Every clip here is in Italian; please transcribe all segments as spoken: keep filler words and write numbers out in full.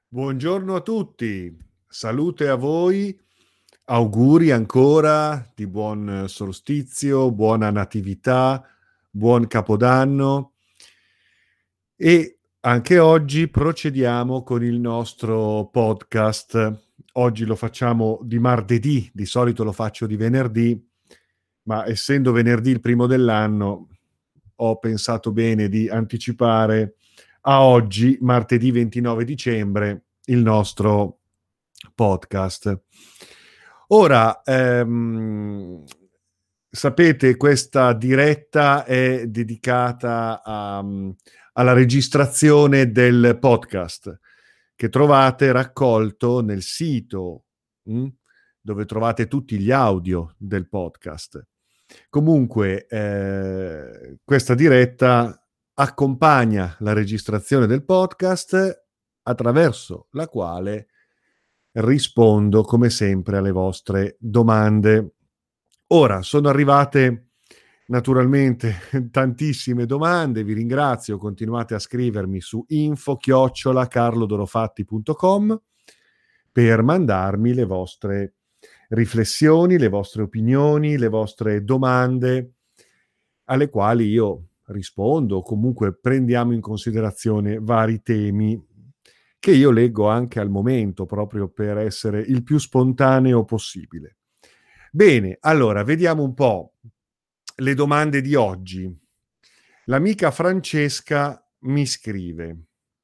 Buongiorno a tutti, salute a voi, auguri ancora di buon solstizio, buona natività, buon Capodanno e anche oggi procediamo con il nostro podcast. Oggi lo facciamo di martedì, di solito lo faccio di venerdì, ma essendo venerdì il primo dell'anno ho pensato bene di anticipare a oggi, martedì ventinove dicembre, il nostro podcast. Ora, ehm, sapete, questa diretta è dedicata a, alla registrazione del podcast che trovate raccolto nel sito mh, dove trovate tutti gli audio del podcast. Comunque, eh, questa diretta accompagna la registrazione del podcast attraverso la quale rispondo come sempre alle vostre domande. Ora, sono arrivate naturalmente tantissime domande, vi ringrazio, continuate a scrivermi su info chiocciola carlodorofatti punto com per mandarmi le vostre riflessioni, le vostre opinioni, le vostre domande, alle quali io rispondo, o comunque prendiamo in considerazione vari temi che io leggo anche al momento, proprio per essere il più spontaneo possibile. Bene, allora, vediamo un po' le domande di oggi. L'amica Francesca mi scrive: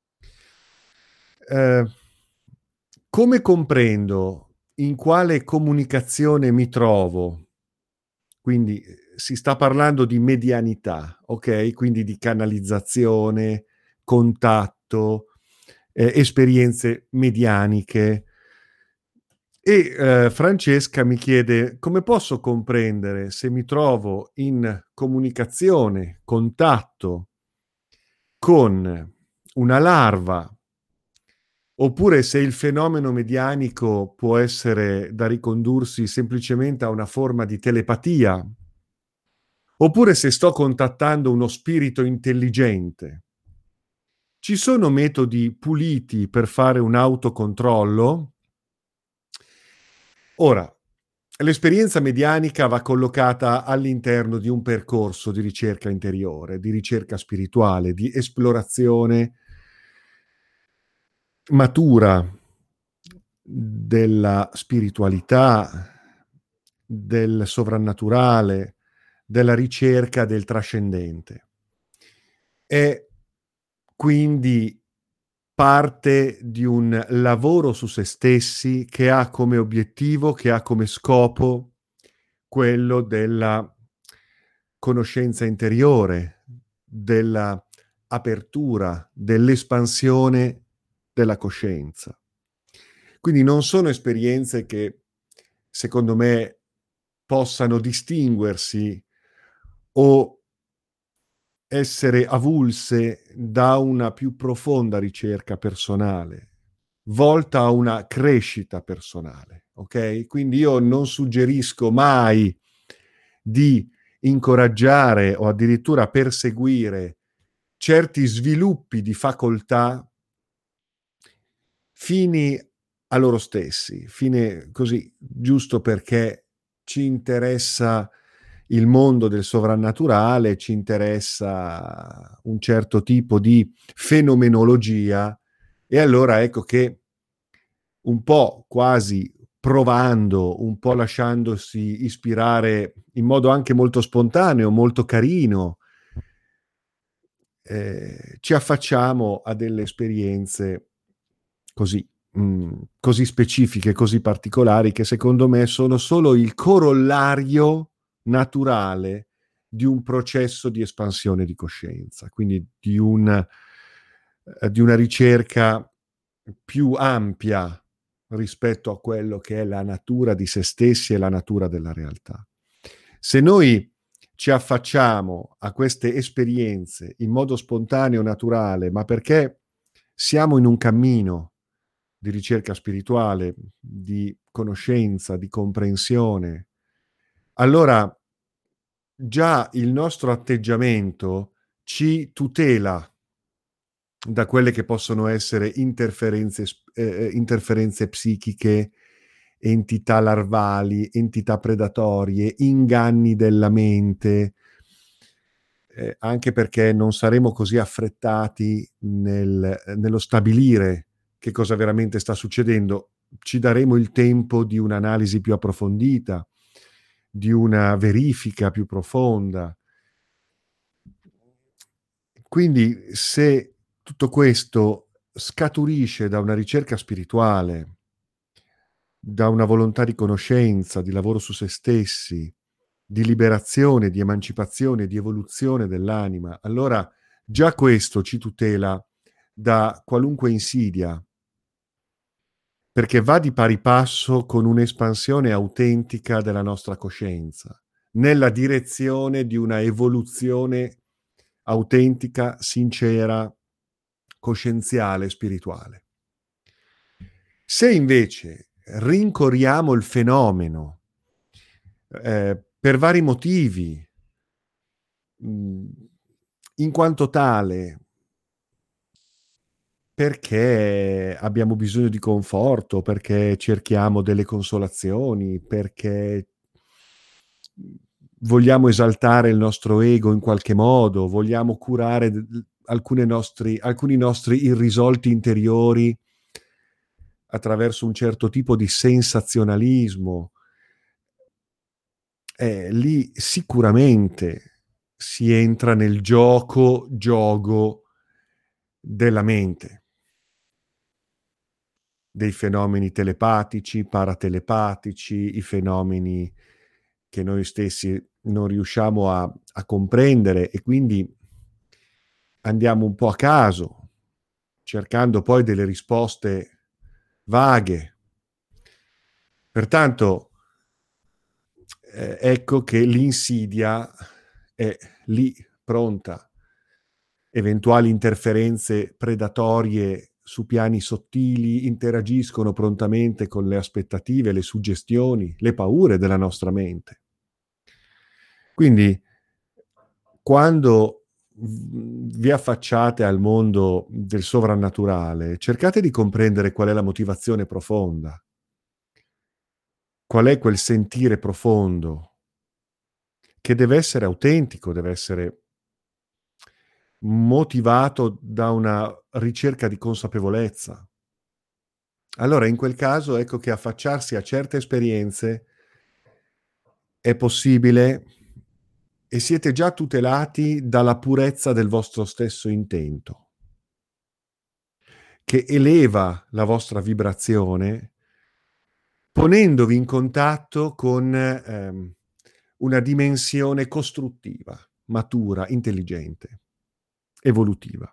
eh, come comprendo in quale comunicazione mi trovo? Quindi eh, si sta parlando di medianità, ok? Quindi di canalizzazione, contatto, eh, esperienze medianiche. E eh, Francesca mi chiede come posso comprendere se mi trovo in comunicazione, contatto con una larva, oppure se il fenomeno medianico può essere da ricondursi semplicemente a una forma di telepatia, oppure se sto contattando uno spirito intelligente. Ci sono metodi puliti per fare un autocontrollo? Ora, l'esperienza medianica va collocata all'interno di un percorso di ricerca interiore, di ricerca spirituale, di esplorazione matura della spiritualità, del sovrannaturale, della ricerca del trascendente. È quindi parte di un lavoro su se stessi che ha come obiettivo, che ha come scopo quello della conoscenza interiore, della apertura, dell'espansione della coscienza. Quindi non sono esperienze che, secondo me, possano distinguersi o essere avulse da una più profonda ricerca personale, volta a una crescita personale, ok? Quindi io non suggerisco mai di incoraggiare o addirittura perseguire certi sviluppi di facoltà fini a loro stessi, fine così, giusto perché ci interessa il mondo del sovrannaturale, ci interessa un certo tipo di fenomenologia, e allora ecco che un po' quasi provando, un po' lasciandosi ispirare in modo anche molto spontaneo, molto carino, eh, ci affacciamo a delle esperienze così, mh, così specifiche, così particolari, che secondo me sono solo il corollario naturale di un processo di espansione di coscienza, quindi di, un, eh, di una ricerca più ampia rispetto a quello che è la natura di se stessi e la natura della realtà. Se noi ci affacciamo a queste esperienze in modo spontaneo, naturale, ma perché siamo in un cammino di ricerca spirituale, di conoscenza, di comprensione, allora già il nostro atteggiamento ci tutela da quelle che possono essere interferenze, sp- eh, interferenze psichiche, entità larvali, entità predatorie, inganni della mente, eh, anche perché non saremo così affrettati nel- nello stabilire che cosa veramente sta succedendo. Ci daremo il tempo di un'analisi più approfondita, di una verifica più profonda. Quindi se tutto questo scaturisce da una ricerca spirituale, da una volontà di conoscenza, di lavoro su se stessi, di liberazione, di emancipazione, di evoluzione dell'anima, allora già questo ci tutela da qualunque insidia, perché va di pari passo con un'espansione autentica della nostra coscienza, nella direzione di una evoluzione autentica, sincera, coscienziale, spirituale. Se invece rincorriamo il fenomeno eh, per vari motivi, mh, in quanto tale, perché abbiamo bisogno di conforto, perché cerchiamo delle consolazioni, perché vogliamo esaltare il nostro ego in qualche modo, vogliamo curare d- alcune nostri, alcuni nostri irrisolti interiori attraverso un certo tipo di sensazionalismo, eh, lì sicuramente si entra nel gioco, gioco della mente, dei fenomeni telepatici, paratelepatici, i fenomeni che noi stessi non riusciamo a, a comprendere e quindi andiamo un po' a caso, cercando poi delle risposte vaghe. Pertanto, eh, ecco che l'insidia è lì, pronta. Eventuali interferenze predatorie su piani sottili interagiscono prontamente con le aspettative, le suggestioni, le paure della nostra mente. Quindi, quando vi affacciate al mondo del sovrannaturale, cercate di comprendere qual è la motivazione profonda, qual è quel sentire profondo, che deve essere autentico, deve essere motivato da una ricerca di consapevolezza. Allora, in quel caso, ecco che affacciarsi a certe esperienze è possibile e siete già tutelati dalla purezza del vostro stesso intento, che eleva la vostra vibrazione ponendovi in contatto con ehm, una dimensione costruttiva, matura, intelligente, evolutiva.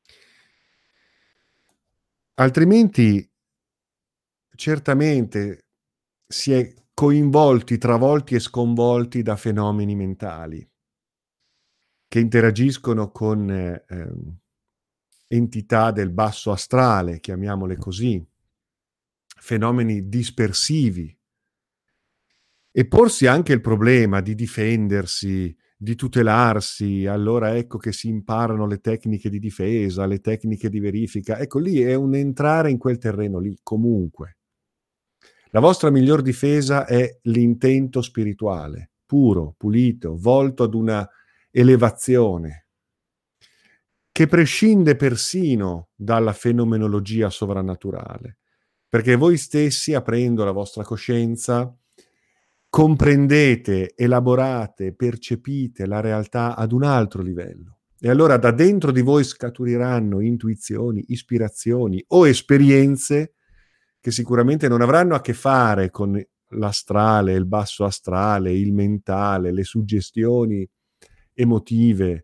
Altrimenti, certamente si è coinvolti, travolti e sconvolti da fenomeni mentali che interagiscono con eh, ehm, entità del basso astrale, chiamiamole così, fenomeni dispersivi, e porsi anche il problema di difendersi, di tutelarsi, allora ecco che si imparano le tecniche di difesa, le tecniche di verifica. Ecco, lì è un entrare in quel terreno lì, comunque. La vostra miglior difesa è l'intento spirituale, puro, pulito, volto ad una elevazione, che prescinde persino dalla fenomenologia sovrannaturale, perché voi stessi, aprendo la vostra coscienza, comprendete, elaborate, percepite la realtà ad un altro livello. E allora da dentro di voi scaturiranno intuizioni, ispirazioni o esperienze che sicuramente non avranno a che fare con l'astrale, il basso astrale, il mentale, le suggestioni emotive,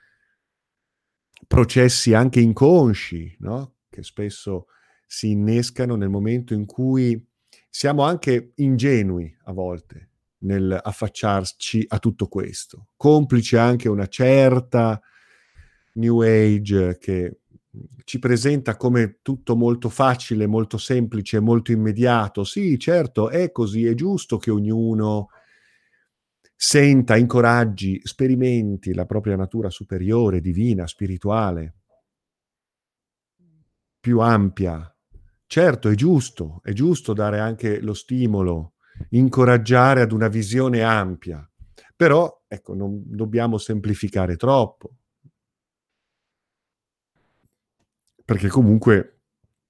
processi anche inconsci, no? Che spesso si innescano nel momento in cui siamo anche ingenui a volte nel affacciarci a tutto questo, complice anche una certa New Age che ci presenta come tutto molto facile, molto semplice, molto immediato. Sì, certo, è così, è giusto che ognuno senta, incoraggi, sperimenti la propria natura superiore, divina, spirituale. più ampia. Certo, è giusto, è giusto dare anche lo stimolo, incoraggiare ad una visione ampia, però ecco, non dobbiamo semplificare troppo. Perché comunque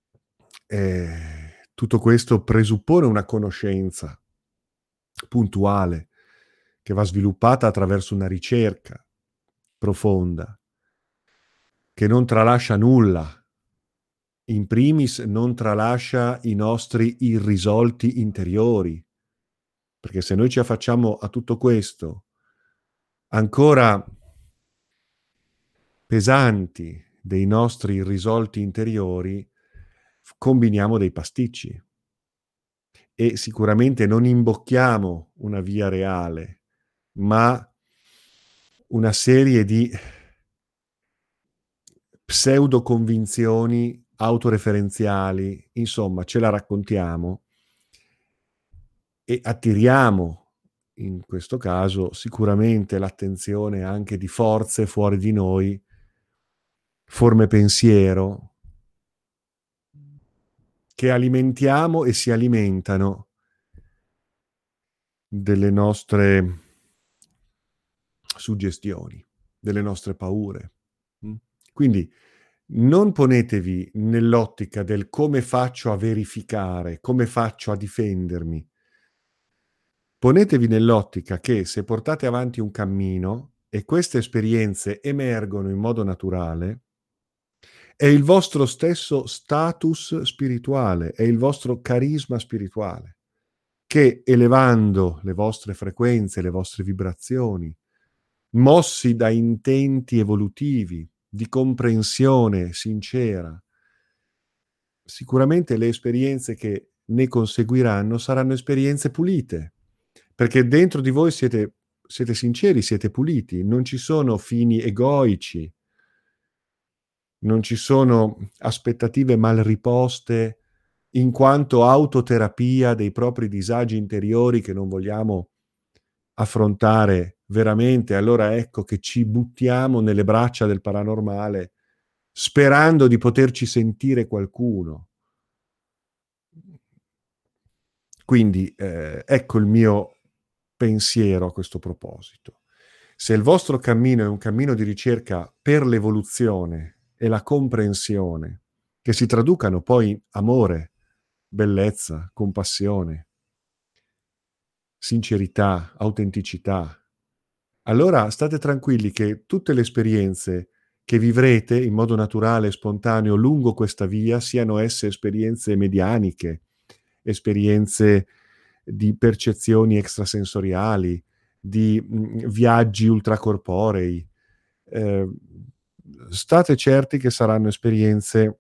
eh, tutto questo presuppone una conoscenza puntuale che va sviluppata attraverso una ricerca profonda, che non tralascia nulla. In primis non tralascia i nostri irrisolti interiori, perché se noi ci affacciamo a tutto questo ancora pesanti dei nostri irrisolti interiori, combiniamo dei pasticci e sicuramente non imbocchiamo una via reale, ma una serie di pseudo-convinzioni autoreferenziali, insomma, ce la raccontiamo e attiriamo, in questo caso, sicuramente l'attenzione anche di forze fuori di noi, forme pensiero, che alimentiamo e si alimentano delle nostre suggestioni, delle nostre paure. Quindi non ponetevi nell'ottica del come faccio a verificare, come faccio a difendermi. Ponetevi nell'ottica che se portate avanti un cammino e queste esperienze emergono in modo naturale, è il vostro stesso status spirituale, è il vostro carisma spirituale, che elevando le vostre frequenze, le vostre vibrazioni, mossi da intenti evolutivi, di comprensione sincera, sicuramente le esperienze che ne conseguiranno saranno esperienze pulite, perché dentro di voi siete, siete sinceri, siete puliti, non ci sono fini egoici, non ci sono aspettative mal riposte in quanto autoterapia dei propri disagi interiori che non vogliamo affrontare veramente. Allora ecco che ci buttiamo nelle braccia del paranormale sperando di poterci sentire qualcuno. Quindi eh, ecco il mio pensiero a questo proposito. Se il vostro cammino è un cammino di ricerca per l'evoluzione e la comprensione, che si traducano poi in amore, bellezza, compassione, sincerità, autenticità, allora state tranquilli che tutte le esperienze che vivrete in modo naturale e spontaneo lungo questa via, siano esse esperienze medianiche, esperienze di percezioni extrasensoriali, di mh, viaggi ultracorporei, eh, state certi che saranno esperienze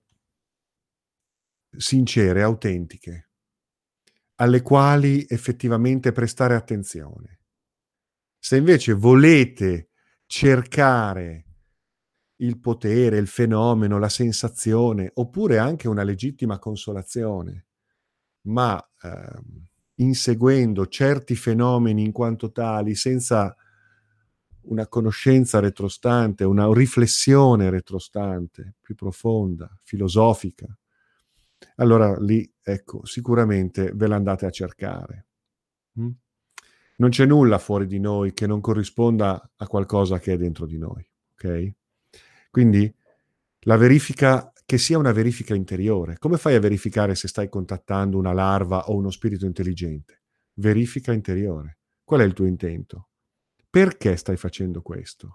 sincere, autentiche, alle quali effettivamente prestare attenzione. Se invece volete cercare il potere, il fenomeno, la sensazione, oppure anche una legittima consolazione, ma ehm, inseguendo certi fenomeni in quanto tali, senza una conoscenza retrostante, una riflessione retrostante, più profonda, filosofica, allora lì, ecco, sicuramente ve l'andate a cercare. Mm? Non c'è nulla fuori di noi che non corrisponda a qualcosa che è dentro di noi, ok? Quindi la verifica, che sia una verifica interiore. Come fai a verificare se stai contattando una larva o uno spirito intelligente? Verifica interiore. Qual è il tuo intento? Perché stai facendo questo?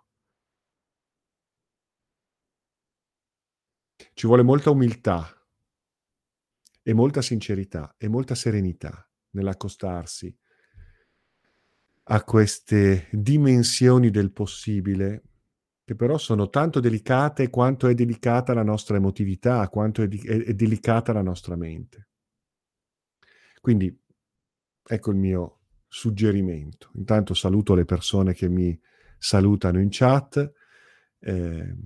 Ci vuole molta umiltà e molta sincerità e molta serenità nell'accostarsi a queste dimensioni del possibile, che però sono tanto delicate quanto è delicata la nostra emotività, quanto è, di- è- è delicata la nostra mente. Quindi ecco il mio suggerimento. Intanto saluto le persone che mi salutano in chat. eh,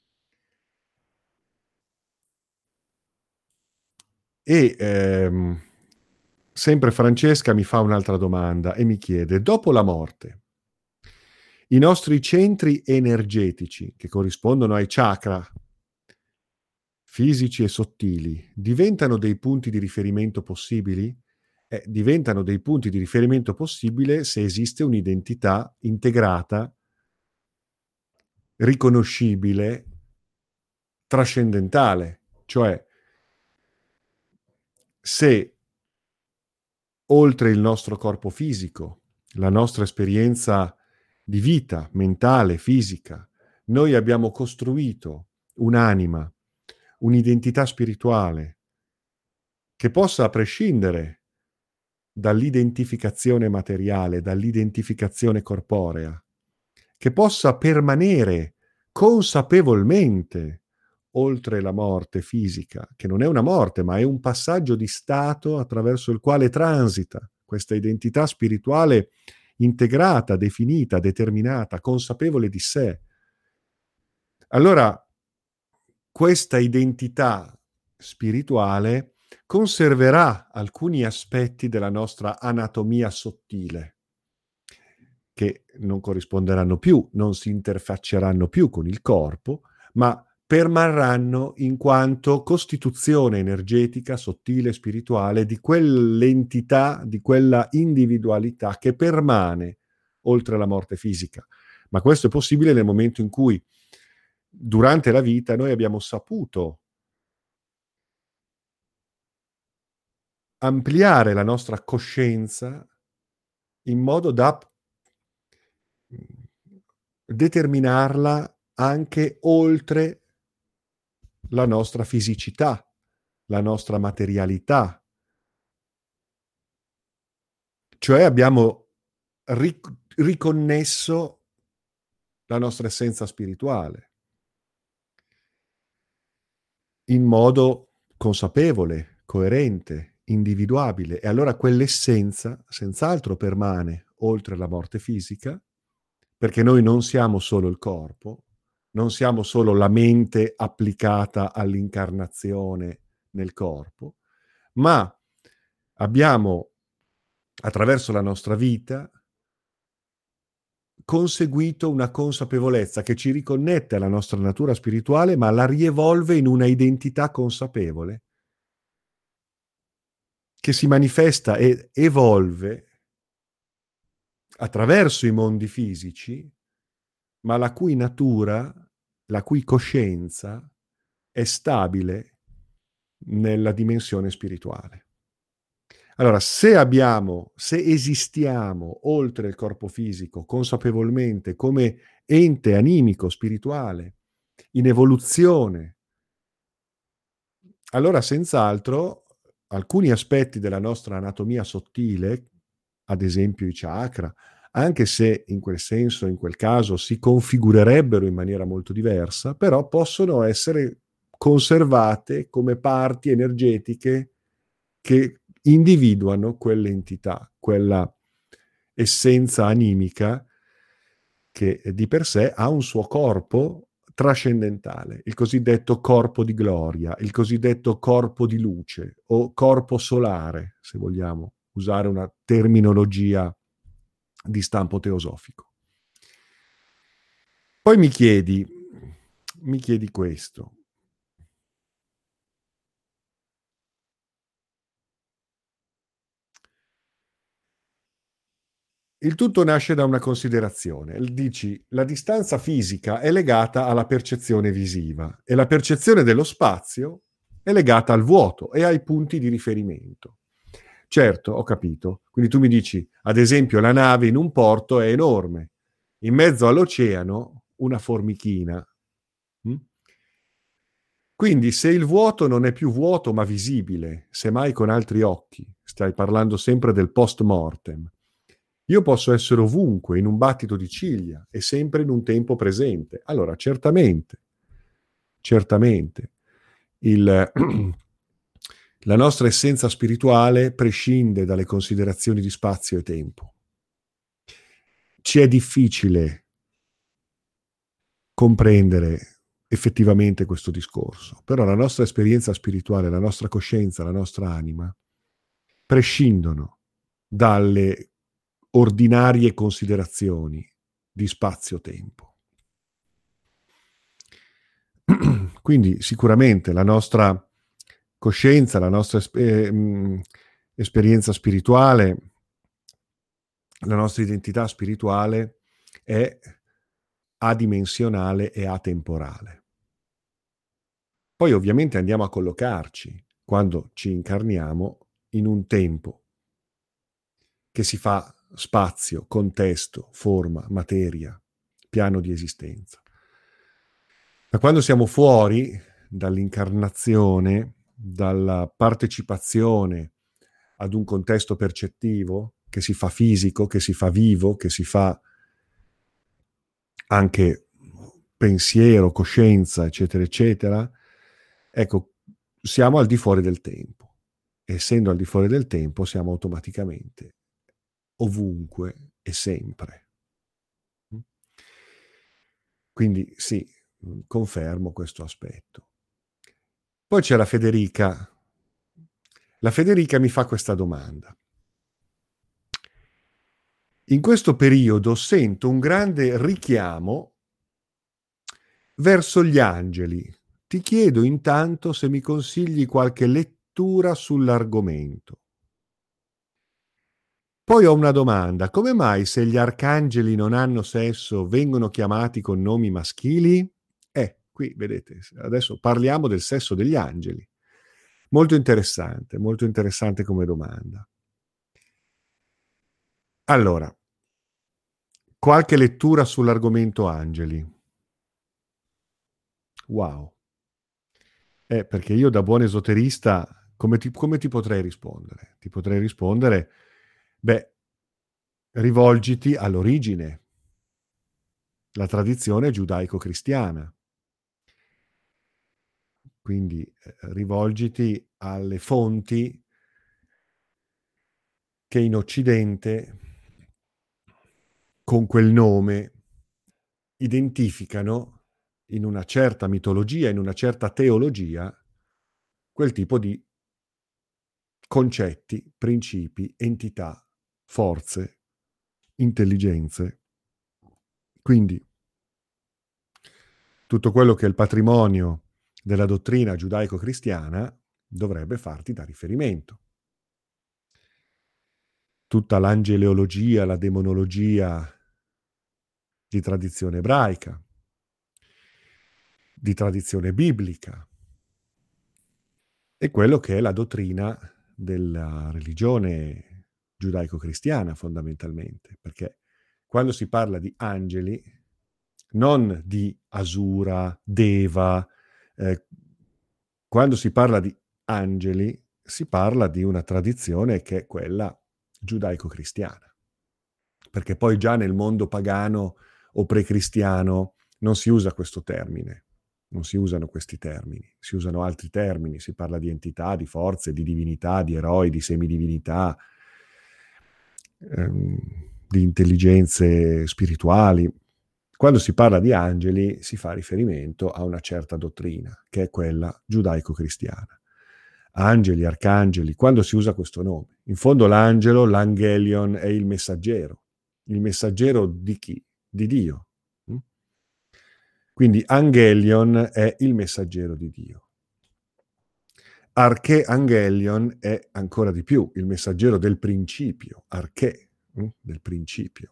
e ehm, sempre Francesca mi fa un'altra domanda e mi chiede: dopo la morte, i nostri centri energetici, che corrispondono ai chakra, fisici e sottili, diventano dei punti di riferimento possibili? Eh, diventano dei punti di riferimento possibile se esiste un'identità integrata, riconoscibile, trascendentale, cioè se oltre il nostro corpo fisico, la nostra esperienza di vita mentale, fisica, noi abbiamo costruito un'anima, un'identità spirituale che possa prescindere dall'identificazione materiale, dall'identificazione corporea, che possa permanere consapevolmente oltre la morte fisica, che non è una morte, ma è un passaggio di stato attraverso il quale transita questa identità spirituale integrata, definita, determinata, consapevole di sé. Allora, questa identità spirituale conserverà alcuni aspetti della nostra anatomia sottile, che non corrisponderanno più, non si interfacceranno più con il corpo, ma permarranno in quanto costituzione energetica, sottile, spirituale di quell'entità, di quella individualità che permane oltre la morte fisica. Ma questo è possibile nel momento in cui durante la vita noi abbiamo saputo ampliare la nostra coscienza in modo da determinarla anche oltre la nostra fisicità, la nostra materialità. Cioè abbiamo ric- riconnesso la nostra essenza spirituale in modo consapevole, coerente, individuabile. E allora quell'essenza senz'altro permane oltre la morte fisica, perché noi non siamo solo il corpo, non siamo solo la mente applicata all'incarnazione nel corpo, ma abbiamo, attraverso la nostra vita, conseguito una consapevolezza che ci riconnette alla nostra natura spirituale, ma la rievolve in una identità consapevole che si manifesta e evolve attraverso i mondi fisici, ma la cui natura, la cui coscienza è stabile nella dimensione spirituale. Allora, se abbiamo, se esistiamo oltre il corpo fisico consapevolmente come ente animico, spirituale, in evoluzione, allora senz'altro alcuni aspetti della nostra anatomia sottile, ad esempio i chakra, anche se in quel senso, in quel caso, si configurerebbero in maniera molto diversa, però possono essere conservate come parti energetiche che individuano quell'entità, quella essenza animica che di per sé ha un suo corpo trascendentale, il cosiddetto corpo di gloria, il cosiddetto corpo di luce o corpo solare, se vogliamo usare una terminologia di stampo teosofico. Poi mi chiedi, mi chiedi questo. Il tutto nasce da una considerazione. Dici, la distanza fisica è legata alla percezione visiva e la percezione dello spazio è legata al vuoto e ai punti di riferimento. Certo, ho capito. Quindi tu mi dici, ad esempio, la nave in un porto è enorme. In mezzo all'oceano, una formichina. Mm? Quindi se il vuoto non è più vuoto ma visibile, semmai con altri occhi, stai parlando sempre del post mortem, io posso essere ovunque, in un battito di ciglia e sempre in un tempo presente. Allora, certamente, certamente, il, la nostra essenza spirituale prescinde dalle considerazioni di spazio e tempo. Ci è difficile comprendere effettivamente questo discorso, però la nostra esperienza spirituale, la nostra coscienza, la nostra anima prescindono dalle ordinarie considerazioni di spazio-tempo. Quindi sicuramente la nostra coscienza, la nostra esper- mh, esperienza spirituale, la nostra identità spirituale è adimensionale e atemporale. Poi ovviamente andiamo a collocarci, quando ci incarniamo, in un tempo che si fa spazio, contesto, forma, materia, piano di esistenza. Da quando siamo fuori dall'incarnazione, dalla partecipazione ad un contesto percettivo che si fa fisico, che si fa vivo, che si fa anche pensiero, coscienza, eccetera, eccetera, ecco, siamo al di fuori del tempo. Essendo al di fuori del tempo, siamo automaticamente ovunque e sempre. Quindi sì, confermo questo aspetto. Poi c'è la Federica. La Federica mi fa questa domanda. In questo periodo sento un grande richiamo verso gli angeli. Ti chiedo intanto se mi consigli qualche lettura sull'argomento. Poi ho una domanda. Come mai se gli arcangeli non hanno sesso vengono chiamati con nomi maschili? Eh, qui vedete, adesso parliamo del sesso degli angeli. Molto interessante, molto interessante come domanda. Allora, qualche lettura sull'argomento angeli. Wow. Eh, perché io da buon esoterista, come ti, come ti potrei rispondere? Ti potrei rispondere, beh, rivolgiti all'origine, la tradizione giudaico-cristiana. Quindi eh, rivolgiti alle fonti che in Occidente, con quel nome, identificano in una certa mitologia, in una certa teologia, quel tipo di concetti, principi, entità, forze, intelligenze. Quindi tutto quello che è il patrimonio della dottrina giudaico-cristiana dovrebbe farti da riferimento. Tutta l'angeleologia, la demonologia di tradizione ebraica, di tradizione biblica, e quello che è la dottrina della religione giudaico-cristiana fondamentalmente, perché quando si parla di angeli, non di Asura, Deva, eh, quando si parla di angeli, si parla di una tradizione che è quella giudaico-cristiana, perché poi già nel mondo pagano o pre-cristiano non si usa questo termine. Non si usano questi termini, si usano altri termini, si parla di entità, di forze, di divinità, di eroi, di semidivinità, ehm, di intelligenze spirituali. Quando si parla di angeli si fa riferimento a una certa dottrina, che è quella giudaico-cristiana. Angeli, arcangeli, quando si usa questo nome. In fondo l'angelo, l'angelion, è il messaggero. Il messaggero di chi? Di Dio. Quindi Angelion è il messaggero di Dio. Arche Angelion è ancora di più, il messaggero del principio, Arche, hm? del principio.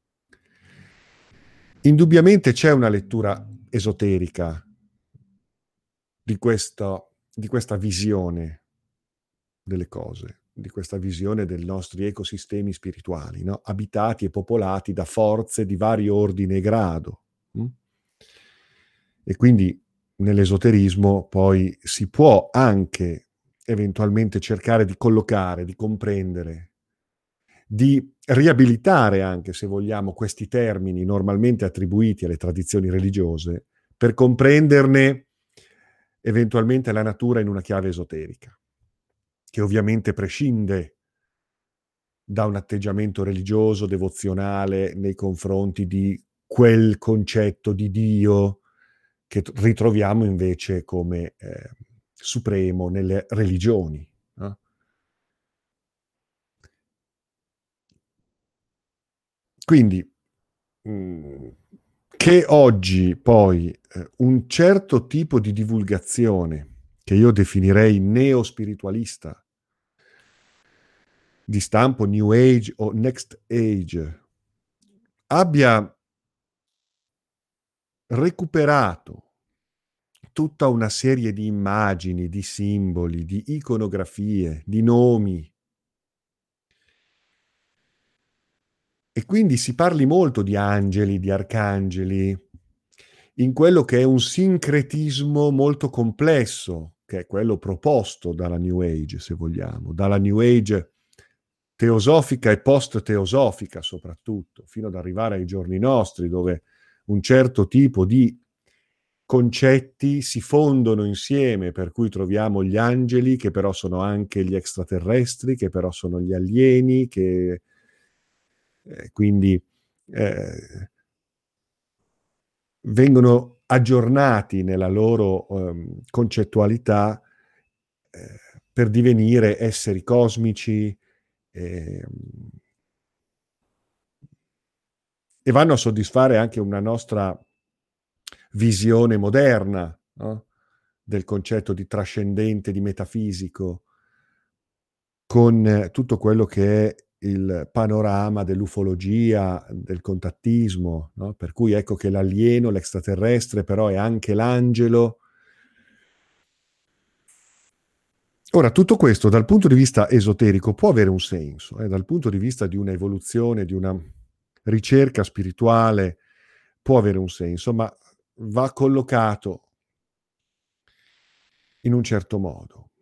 Indubbiamente c'è una lettura esoterica di, questo, di questa visione delle cose, di questa visione dei nostri ecosistemi spirituali, no? Abitati e popolati da forze di vario ordine e grado. Hm? E quindi nell'esoterismo poi si può anche eventualmente cercare di collocare, di comprendere, di riabilitare anche, se vogliamo, questi termini normalmente attribuiti alle tradizioni religiose, per comprenderne eventualmente la natura in una chiave esoterica, che ovviamente prescinde da un atteggiamento religioso, devozionale nei confronti di quel concetto di Dio che ritroviamo invece come eh, supremo nelle religioni. No? Quindi, mh, che oggi poi eh, un certo tipo di divulgazione, che io definirei neospiritualista, di stampo New Age o Next Age, abbia recuperato tutta una serie di immagini, di simboli, di iconografie, di nomi, e quindi si parli molto di angeli, di arcangeli, in quello che è un sincretismo molto complesso, che è quello proposto dalla New Age, se vogliamo, dalla New Age teosofica e post-teosofica soprattutto, fino ad arrivare ai giorni nostri, dove un certo tipo di concetti si fondono insieme, per cui troviamo gli angeli, che però sono anche gli extraterrestri, che però sono gli alieni, che eh, quindi eh, vengono aggiornati nella loro ehm, concettualità eh, per divenire esseri cosmici eh, e vanno a soddisfare anche una nostra visione moderna, no? Del concetto di trascendente, di metafisico, con eh, tutto quello che è il panorama dell'ufologia, del contattismo, no? Per cui ecco che l'alieno, l'extraterrestre, però è anche l'angelo. Ora, tutto questo dal punto di vista esoterico può avere un senso, eh, dal punto di vista di un'evoluzione, di una ricerca spirituale, può avere un senso, ma va collocato in un certo modo,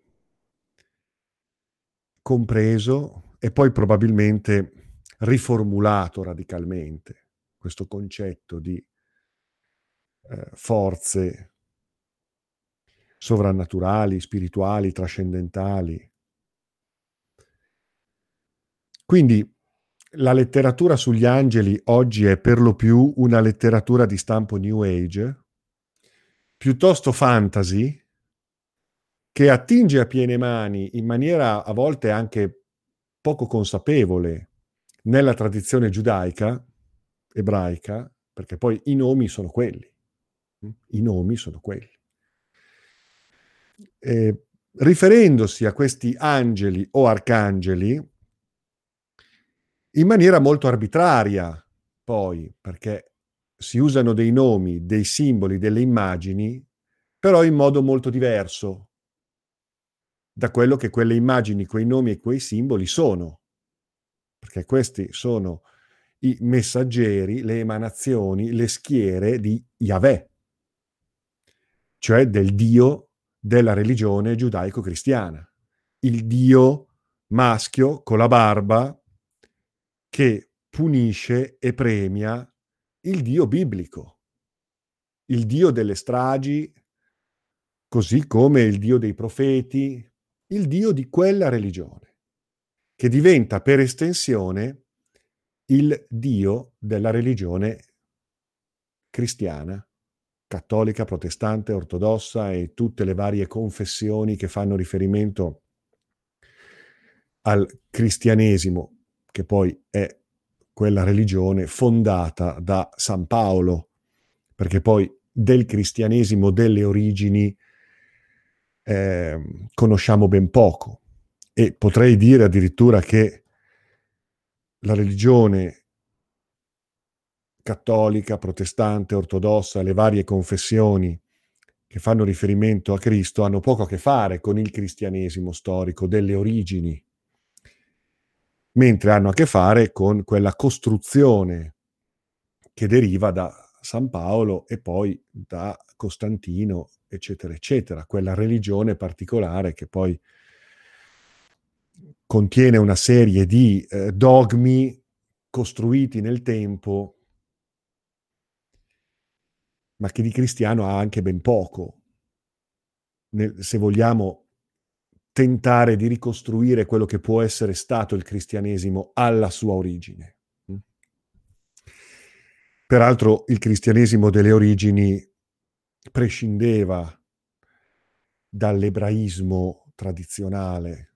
compreso e poi probabilmente riformulato radicalmente questo concetto di eh, forze sovrannaturali, spirituali, trascendentali. Quindi la letteratura sugli angeli oggi è per lo più una letteratura di stampo New Age, piuttosto fantasy, che attinge a piene mani in maniera a volte anche poco consapevole nella tradizione giudaica, ebraica, perché poi i nomi sono quelli. I nomi sono quelli. E, riferendosi a questi angeli o arcangeli in maniera molto arbitraria, poi, perché si usano dei nomi, dei simboli, delle immagini, però in modo molto diverso da quello che quelle immagini, quei nomi e quei simboli sono, perché questi sono i messaggeri, le emanazioni, le schiere di Yahweh, cioè del Dio della religione giudaico-cristiana, il Dio maschio con la barba che punisce e premia il Dio biblico, il Dio delle stragi, così come il Dio dei profeti, il Dio di quella religione, che diventa per estensione il Dio della religione cristiana, cattolica, protestante, ortodossa e tutte le varie confessioni che fanno riferimento al cristianesimo, che poi è quella religione fondata da San Paolo, perché poi del cristianesimo delle origini eh, conosciamo ben poco. E potrei dire addirittura che la religione cattolica, protestante, ortodossa, le varie confessioni che fanno riferimento a Cristo hanno poco a che fare con il cristianesimo storico delle origini, mentre hanno a che fare con quella costruzione che deriva da San Paolo e poi da Costantino, eccetera, eccetera, quella religione particolare che poi contiene una serie di eh, dogmi costruiti nel tempo, ma che di cristiano ha anche ben poco, nel, se vogliamo tentare di ricostruire quello che può essere stato il cristianesimo alla sua origine. Peraltro il cristianesimo delle origini prescindeva dall'ebraismo tradizionale.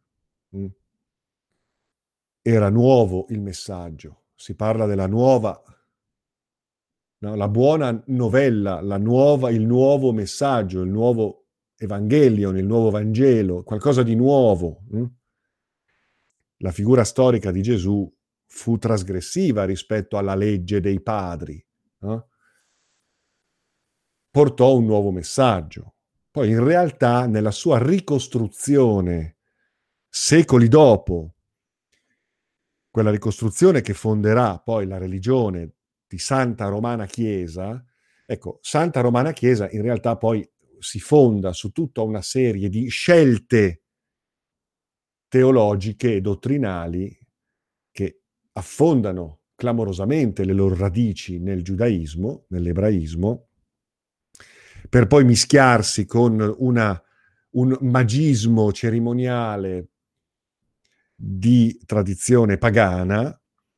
Era nuovo il messaggio. Si parla della nuova no? La buona novella, la nuova, il nuovo messaggio, il nuovo Evangelion, il nuovo Vangelo, qualcosa di nuovo. Hm? La figura storica di Gesù fu trasgressiva rispetto alla legge dei padri, no? Portò un nuovo messaggio. Poi in realtà nella sua ricostruzione, secoli dopo, quella ricostruzione che fonderà poi la religione di Santa Romana Chiesa, ecco, Santa Romana Chiesa in realtà poi si fonda su tutta una serie di scelte teologiche e dottrinali che affondano clamorosamente le loro radici nel giudaismo, nell'ebraismo, per poi mischiarsi con una, un magismo cerimoniale di tradizione pagana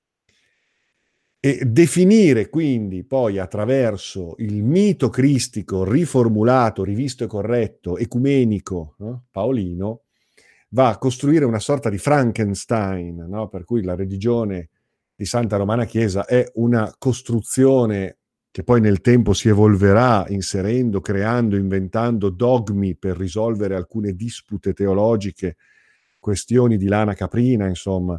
e definire quindi poi attraverso il mito cristico riformulato, rivisto e corretto, ecumenico, no? Paolino, va a costruire una sorta di Frankenstein, no? Per cui la religione di Santa Romana Chiesa è una costruzione che poi nel tempo si evolverà inserendo, creando, inventando dogmi per risolvere alcune dispute teologiche, questioni di lana caprina, insomma.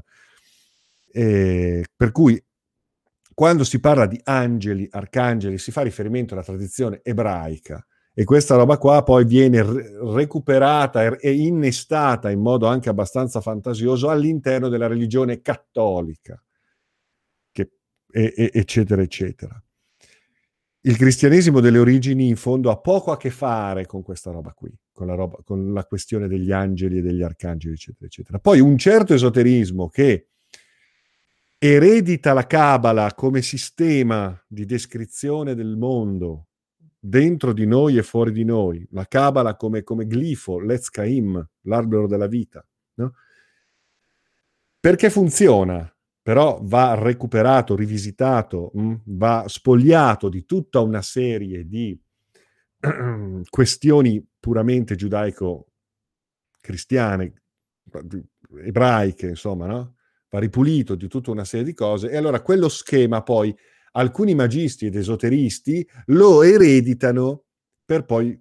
E per cui quando si parla di angeli, arcangeli, si fa riferimento alla tradizione ebraica e questa roba qua poi viene re- recuperata e innestata in modo anche abbastanza fantasioso all'interno della religione cattolica, che, e, e, eccetera, eccetera. Il cristianesimo delle origini in fondo ha poco a che fare con questa roba qui, con la, roba, con la questione degli angeli e degli arcangeli, eccetera, eccetera. Poi un certo esoterismo che eredita la Cabala come sistema di descrizione del mondo dentro di noi e fuori di noi, la Cabala come, come glifo, l'Etz Chaim, l'albero della vita, no? Perché funziona, però va recuperato, rivisitato, mh? Va spogliato di tutta una serie di questioni puramente giudaico-cristiane, ebraiche, insomma, no? Va ripulito di tutta una serie di cose e allora quello schema poi alcuni magisti ed esoteristi lo ereditano per poi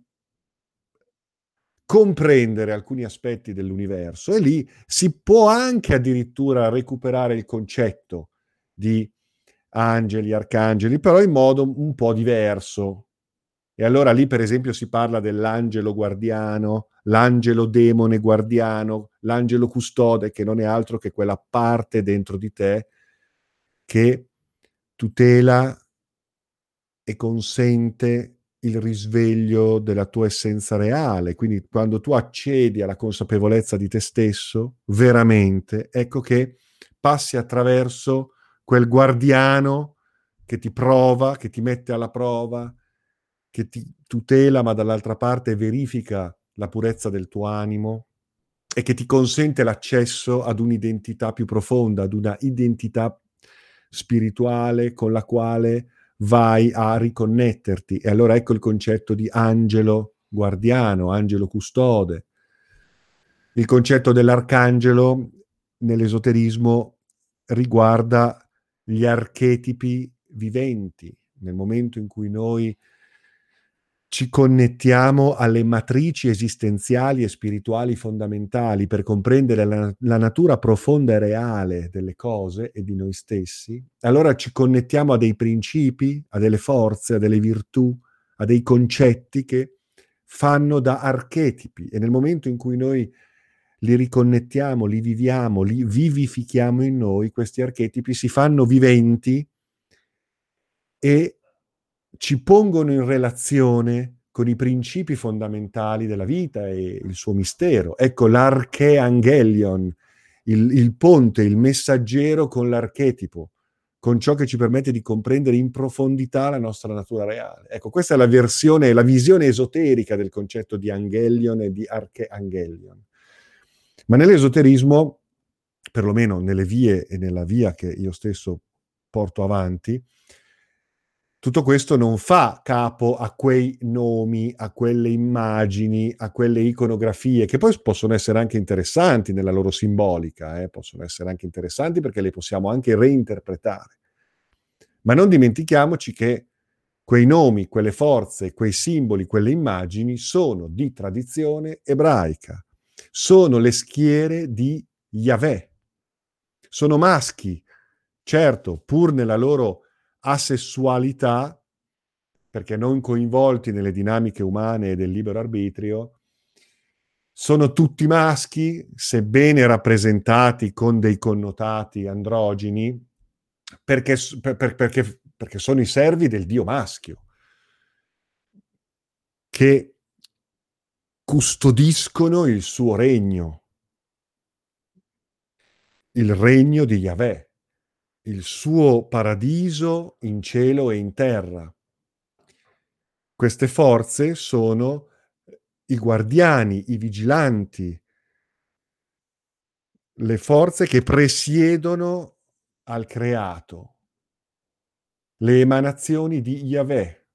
comprendere alcuni aspetti dell'universo e lì si può anche addirittura recuperare il concetto di angeli, arcangeli, però in modo un po' diverso. E allora lì per esempio si parla dell'angelo guardiano, l'angelo demone guardiano, l'angelo custode, che non è altro che quella parte dentro di te che tutela e consente il risveglio della tua essenza reale. Quindi quando tu accedi alla consapevolezza di te stesso, veramente, ecco che passi attraverso quel guardiano che ti prova, che ti mette alla prova, che ti tutela, ma dall'altra parte verifica la purezza del tuo animo e che ti consente l'accesso ad un'identità più profonda, ad una identità spirituale con la quale vai a riconnetterti. E allora ecco il concetto di angelo guardiano, angelo custode. Il concetto dell'arcangelo nell'esoterismo riguarda gli archetipi viventi. Nel momento in cui noi ci connettiamo alle matrici esistenziali e spirituali fondamentali per comprendere la, la natura profonda e reale delle cose e di noi stessi, allora ci connettiamo a dei principi, a delle forze, a delle virtù, a dei concetti che fanno da archetipi e nel momento in cui noi li riconnettiamo, li viviamo, li vivifichiamo in noi, questi archetipi si fanno viventi e ci pongono in relazione con i principi fondamentali della vita e il suo mistero. Ecco l'archeangelion, il, il ponte, il messaggero con l'archetipo, con ciò che ci permette di comprendere in profondità la nostra natura reale. Ecco, questa è la versione, la visione esoterica del concetto di angelion e di archeangelion. Ma nell'esoterismo, perlomeno nelle vie e nella via che io stesso porto avanti, tutto questo non fa capo a quei nomi, a quelle immagini, a quelle iconografie, che poi possono essere anche interessanti nella loro simbolica, eh? Possono essere anche interessanti perché le possiamo anche reinterpretare. Ma non dimentichiamoci che quei nomi, quelle forze, quei simboli, quelle immagini sono di tradizione ebraica, sono le schiere di Yahweh, sono maschi, certo, pur nella loro asessualità, perché non coinvolti nelle dinamiche umane e del libero arbitrio, sono tutti maschi, sebbene rappresentati con dei connotati androgini, perché, per, per, perché, perché sono i servi del dio maschio, che custodiscono il suo regno, il regno di Yahweh, il suo paradiso in cielo e in terra. Queste forze sono i guardiani, i vigilanti, le forze che presiedono al creato, le emanazioni di Yahweh,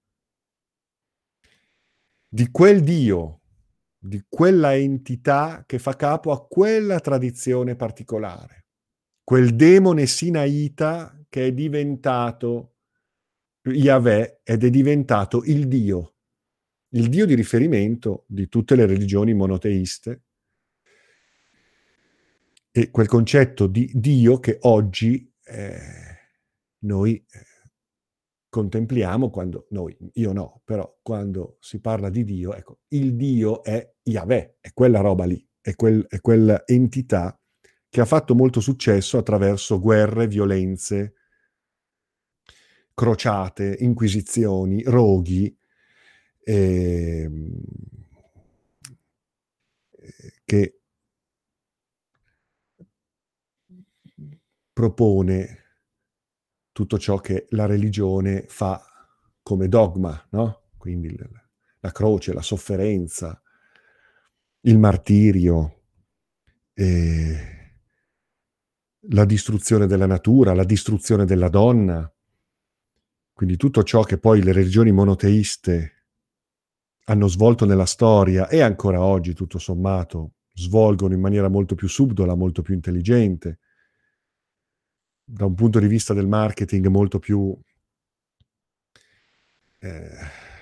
di quel Dio, di quella entità che fa capo a quella tradizione particolare, quel demone sinaita che è diventato Yahweh ed è diventato il Dio, il Dio di riferimento di tutte le religioni monoteiste, e quel concetto di Dio che oggi eh, noi eh, contempliamo quando, noi, io no, però quando si parla di Dio, ecco, il Dio è Yahweh, è quella roba lì, è, quel, è quella entità che ha fatto molto successo attraverso guerre, violenze, crociate, inquisizioni, roghi, eh, che propone tutto ciò che la religione fa come dogma, no? Quindi la croce, la sofferenza, il martirio, eh, la distruzione della natura, la distruzione della donna. Quindi tutto ciò che poi le religioni monoteiste hanno svolto nella storia e ancora oggi, tutto sommato, svolgono in maniera molto più subdola, molto più intelligente, da un punto di vista del marketing molto più eh,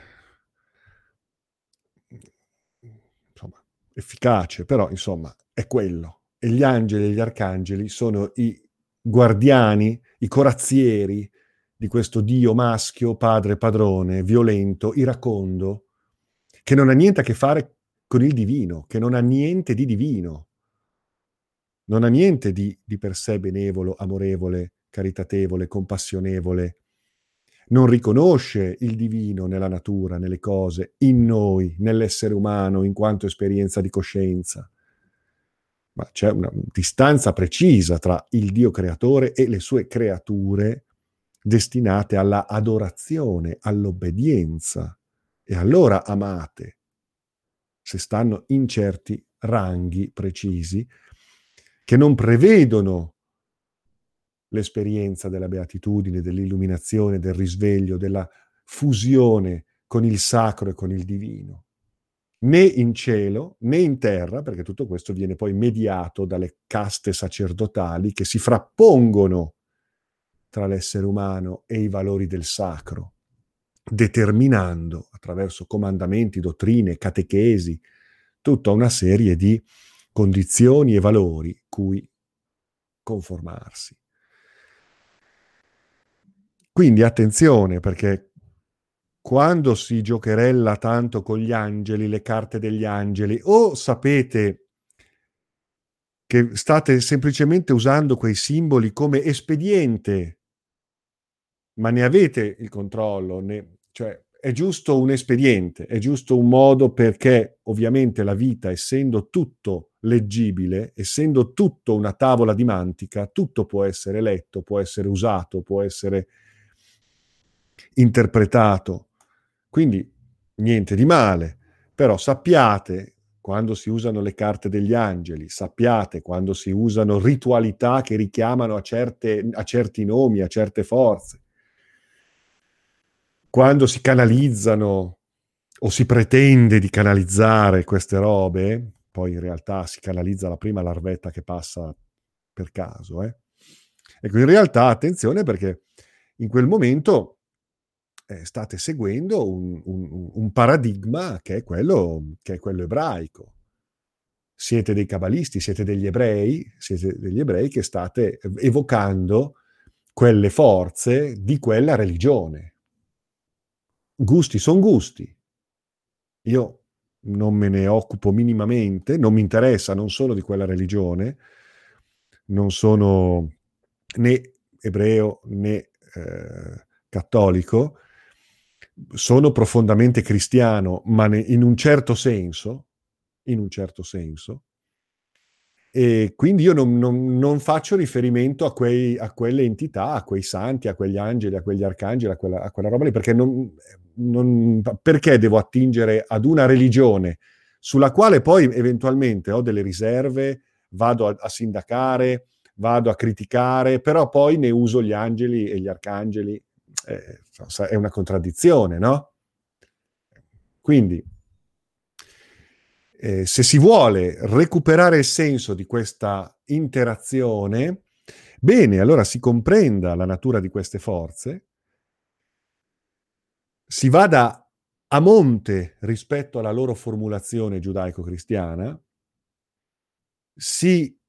insomma, efficace, però insomma è quello. E gli angeli e gli arcangeli sono i guardiani, i corazzieri di questo Dio maschio, padre, padrone, violento, iracondo, che non ha niente a che fare con il divino, che non ha niente di divino, non ha niente di, di per sé benevolo, amorevole, caritatevole, compassionevole, non riconosce il divino nella natura, nelle cose, in noi, nell'essere umano, in quanto esperienza di coscienza. Ma c'è una distanza precisa tra il Dio creatore e le sue creature destinate alla adorazione, all'obbedienza. E allora amate, se stanno in certi ranghi precisi che non prevedono l'esperienza della beatitudine, dell'illuminazione, del risveglio, della fusione con il sacro e con il divino. Né in cielo né in terra, perché tutto questo viene poi mediato dalle caste sacerdotali che si frappongono tra l'essere umano e i valori del sacro, determinando attraverso comandamenti, dottrine, catechesi, tutta una serie di condizioni e valori cui conformarsi. Quindi attenzione, perché quando si giocherella tanto con gli angeli, le carte degli angeli, o sapete che state semplicemente usando quei simboli come espediente, ma ne avete il controllo, ne, cioè è giusto un espediente, è giusto un modo perché ovviamente la vita, essendo tutto leggibile, essendo tutto una tavola di mantica, tutto può essere letto, può essere usato, può essere interpretato. Quindi niente di male, però sappiate quando si usano le carte degli angeli, sappiate quando si usano ritualità che richiamano a, certe, a certi nomi, a certe forze, quando si canalizzano o si pretende di canalizzare queste robe, poi in realtà si canalizza la prima larvetta che passa per caso. Eh? Ecco, in realtà attenzione perché in quel momento eh, state seguendo un, un, un paradigma che è quello, che è quello ebraico. Siete dei cabalisti, siete degli ebrei, siete degli ebrei che state evocando quelle forze di quella religione. Gusti sono gusti. Io non me ne occupo minimamente, non mi interessa, non sono di quella religione, non sono né ebreo né eh, cattolico, sono profondamente cristiano, ma ne, in un certo senso, in un certo senso, e quindi io non, non, non faccio riferimento a, quei, a quelle entità, a quei santi, a quegli angeli, a quegli arcangeli, a quella, a quella roba lì, perché, non, non, perché devo attingere ad una religione sulla quale poi eventualmente ho delle riserve, vado a, a sindacare, vado a criticare, però poi ne uso gli angeli e gli arcangeli. Eh, è una contraddizione, no? Quindi, eh, se si vuole recuperare il senso di questa interazione, bene, allora si comprenda la natura di queste forze, si vada a monte rispetto alla loro formulazione giudaico-cristiana, si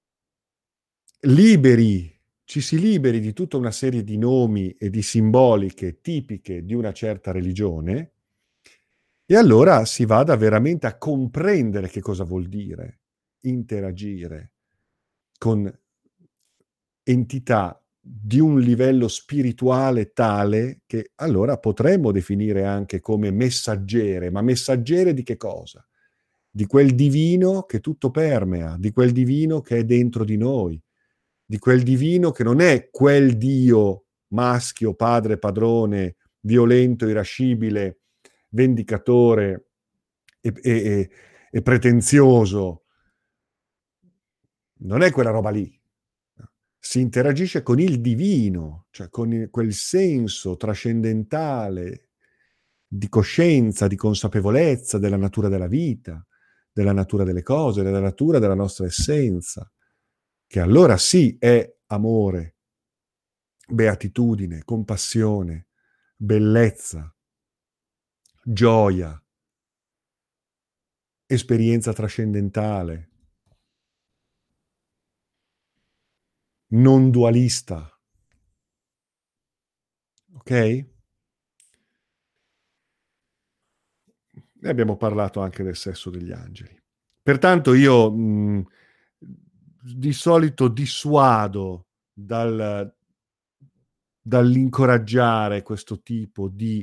liberi, ci si liberi di tutta una serie di nomi e di simboliche tipiche di una certa religione, e allora si vada veramente a comprendere che cosa vuol dire interagire con entità di un livello spirituale tale che allora potremmo definire anche come messaggere, ma messaggere di che cosa? Di quel divino che tutto permea, di quel divino che è dentro di noi, di quel divino che non è quel Dio maschio, padre, padrone, violento, irascibile, vendicatore e, e, e pretenzioso. Non è quella roba lì. Si interagisce con il divino, cioè con il, quel senso trascendentale di coscienza, di consapevolezza della natura della vita, della natura delle cose, della natura della nostra essenza, che allora sì è amore, beatitudine, compassione, bellezza, gioia, esperienza trascendentale, non dualista. Ok? E abbiamo parlato anche del sesso degli angeli. Pertanto io mh, di solito dissuado dal, dall'incoraggiare questo tipo di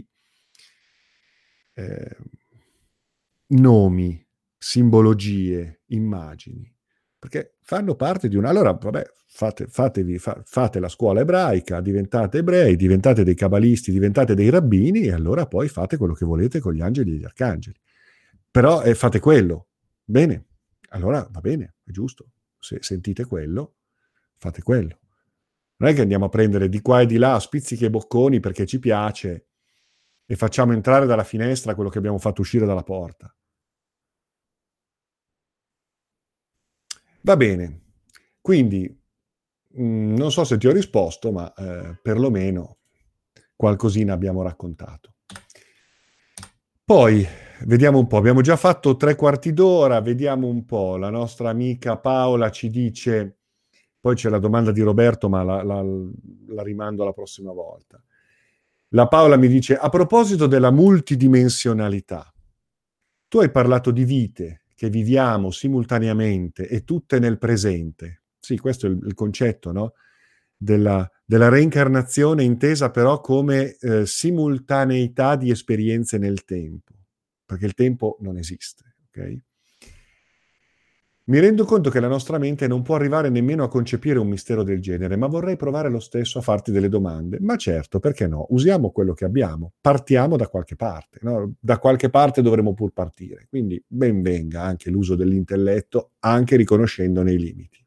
eh, nomi, simbologie, immagini, perché fanno parte di una... Allora, vabbè, fate, fatevi, fa, fate la scuola ebraica, diventate ebrei, diventate dei cabalisti, diventate dei rabbini, e allora poi fate quello che volete con gli angeli e gli arcangeli. Però eh, fate quello. Bene, allora va bene, è giusto. Se sentite quello, fate quello. Non è che andiamo a prendere di qua e di là spizzichi e bocconi perché ci piace e facciamo entrare dalla finestra quello che abbiamo fatto uscire dalla porta. Va bene. Quindi, mh, non so se ti ho risposto, ma eh, perlomeno qualcosina abbiamo raccontato. Poi, vediamo un po', abbiamo già fatto tre quarti d'ora, vediamo un po', la nostra amica Paola ci dice, poi c'è la domanda di Roberto, ma la, la, la rimando alla prossima volta. La Paola mi dice, a proposito della multidimensionalità, tu hai parlato di vite che viviamo simultaneamente e tutte nel presente. Sì, questo è il, il concetto, no? Della, della reincarnazione intesa però come eh, simultaneità di esperienze nel tempo, perché il tempo non esiste, ok? Mi rendo conto che la nostra mente non può arrivare nemmeno a concepire un mistero del genere, ma vorrei provare lo stesso a farti delle domande. Ma certo, perché no? Usiamo quello che abbiamo, partiamo da qualche parte, no? Da qualche parte dovremo pur partire, quindi ben venga anche l'uso dell'intelletto, anche riconoscendone i limiti.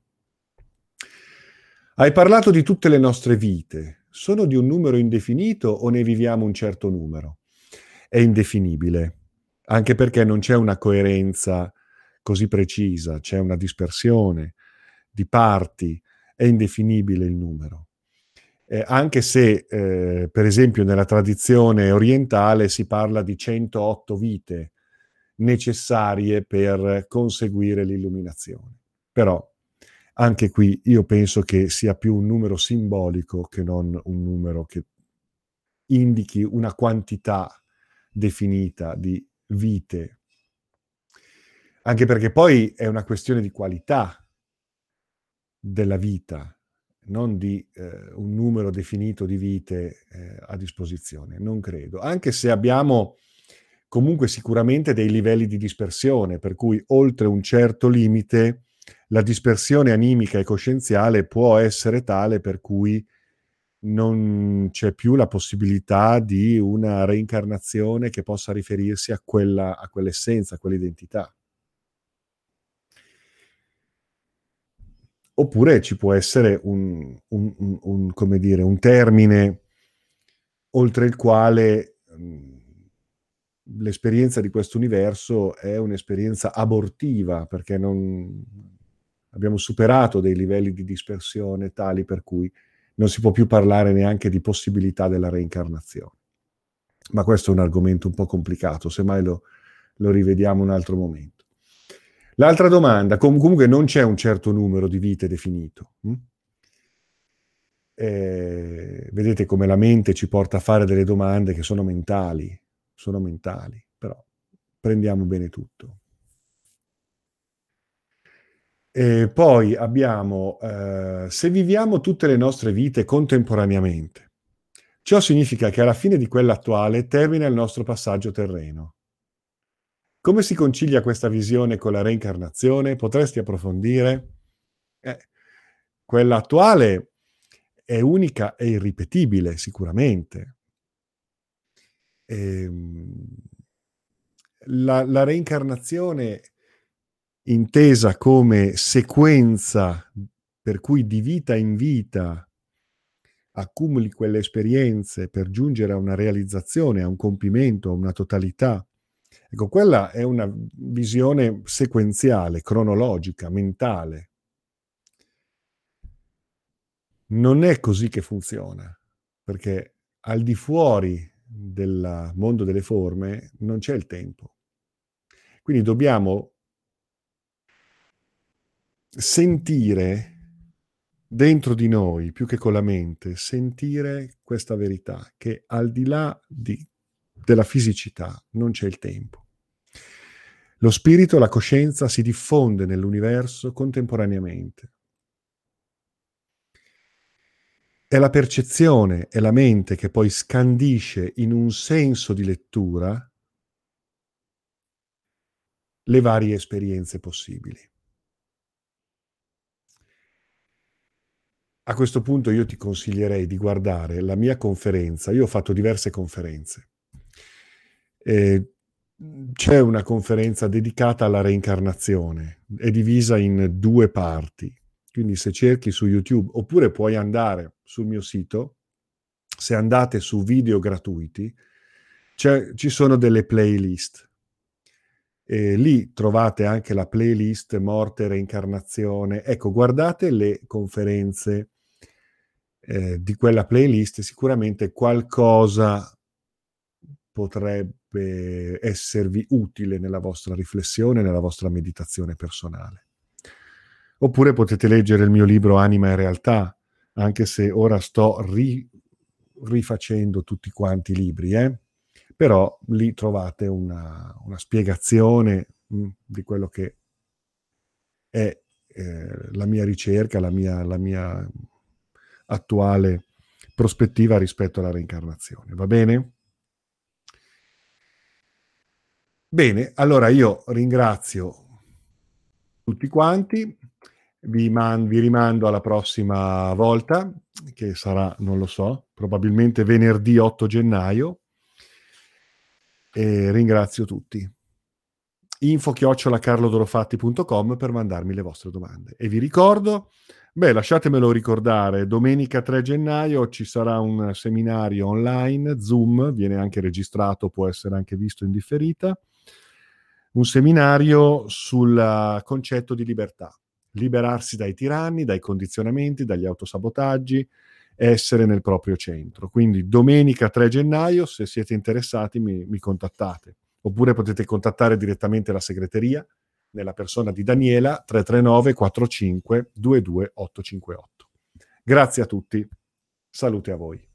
Hai parlato di tutte le nostre vite. Sono di un numero indefinito o ne viviamo un certo numero? È indefinibile, anche perché non c'è una coerenza così precisa, c'è una dispersione di parti, è indefinibile il numero. Eh, anche se, eh, per esempio, nella tradizione orientale si parla di centootto vite necessarie per conseguire l'illuminazione. Però anche qui io penso che sia più un numero simbolico che non un numero che indichi una quantità definita di vite. Anche perché poi è una questione di qualità della vita, non di eh, un numero definito di vite eh, a disposizione. Non credo. Anche se abbiamo comunque sicuramente dei livelli di dispersione, per cui oltre un certo limite la dispersione animica e coscienziale può essere tale per cui non c'è più la possibilità di una reincarnazione che possa riferirsi a quella, a quell'essenza, a quell'identità. Oppure ci può essere un, un, un, un, come dire, un termine oltre il quale mh, l'esperienza di questo universo è un'esperienza abortiva, perché non abbiamo superato dei livelli di dispersione tali per cui non si può più parlare neanche di possibilità della reincarnazione. Ma questo è un argomento un po' complicato, semmai lo, lo rivediamo un altro momento. L'altra domanda, com- comunque non c'è un certo numero di vite definito. Hm? Eh, vedete come la mente ci porta a fare delle domande che sono mentali, sono mentali, però prendiamo bene tutto. E poi abbiamo, eh, se viviamo tutte le nostre vite contemporaneamente, ciò significa che alla fine di quella attuale termina il nostro passaggio terreno. Come si concilia questa visione con la reincarnazione? Potresti approfondire? Eh, quella attuale è unica e irripetibile, sicuramente. Ehm, la, la reincarnazione intesa come sequenza per cui di vita in vita accumuli quelle esperienze per giungere a una realizzazione, a un compimento, a una totalità. Ecco, quella è una visione sequenziale, cronologica, mentale. Non è così che funziona, perché al di fuori del mondo delle forme non c'è il tempo. Quindi dobbiamo sentire dentro di noi, più che con la mente, sentire questa verità, che al di là di, della fisicità non c'è il tempo. Lo spirito, la coscienza si diffonde nell'universo contemporaneamente. È la percezione, è la mente che poi scandisce in un senso di lettura le varie esperienze possibili. A questo punto io ti consiglierei di guardare la mia conferenza. Io ho fatto diverse conferenze. E c'è una conferenza dedicata alla reincarnazione, è divisa in due parti. Quindi se cerchi su YouTube, oppure puoi andare sul mio sito, se andate su video gratuiti, ci sono delle playlist. E lì trovate anche la playlist morte, reincarnazione. Ecco, guardate le conferenze eh, di quella playlist, sicuramente qualcosa potrebbe esservi utile nella vostra riflessione, nella vostra meditazione personale. Oppure potete leggere il mio libro Anima e Realtà, anche se ora sto ri- rifacendo tutti quanti i libri, eh? Però lì trovate una, una spiegazione mh, di quello che è eh, la mia ricerca, la mia, la mia attuale prospettiva rispetto alla reincarnazione. Va bene? Bene, allora io ringrazio tutti quanti, vi, man- vi rimando alla prossima volta, che sarà, non lo so, probabilmente venerdì otto gennaio, e ringrazio tutti. info chiocciola carlodorofatti punto com per mandarmi le vostre domande. E vi ricordo, beh, lasciatemelo ricordare, domenica tre gennaio ci sarà un seminario online, Zoom, viene anche registrato, può essere anche visto in differita, un seminario sul concetto di libertà, liberarsi dai tiranni, dai condizionamenti, dagli autosabotaggi essere nel proprio centro. Quindi domenica tre gennaio, se siete interessati, mi, mi contattate. Oppure potete contattare direttamente la segreteria nella persona di Daniela tre tre nove quattro cinque due due otto cinque otto. Grazie a tutti, salute a voi.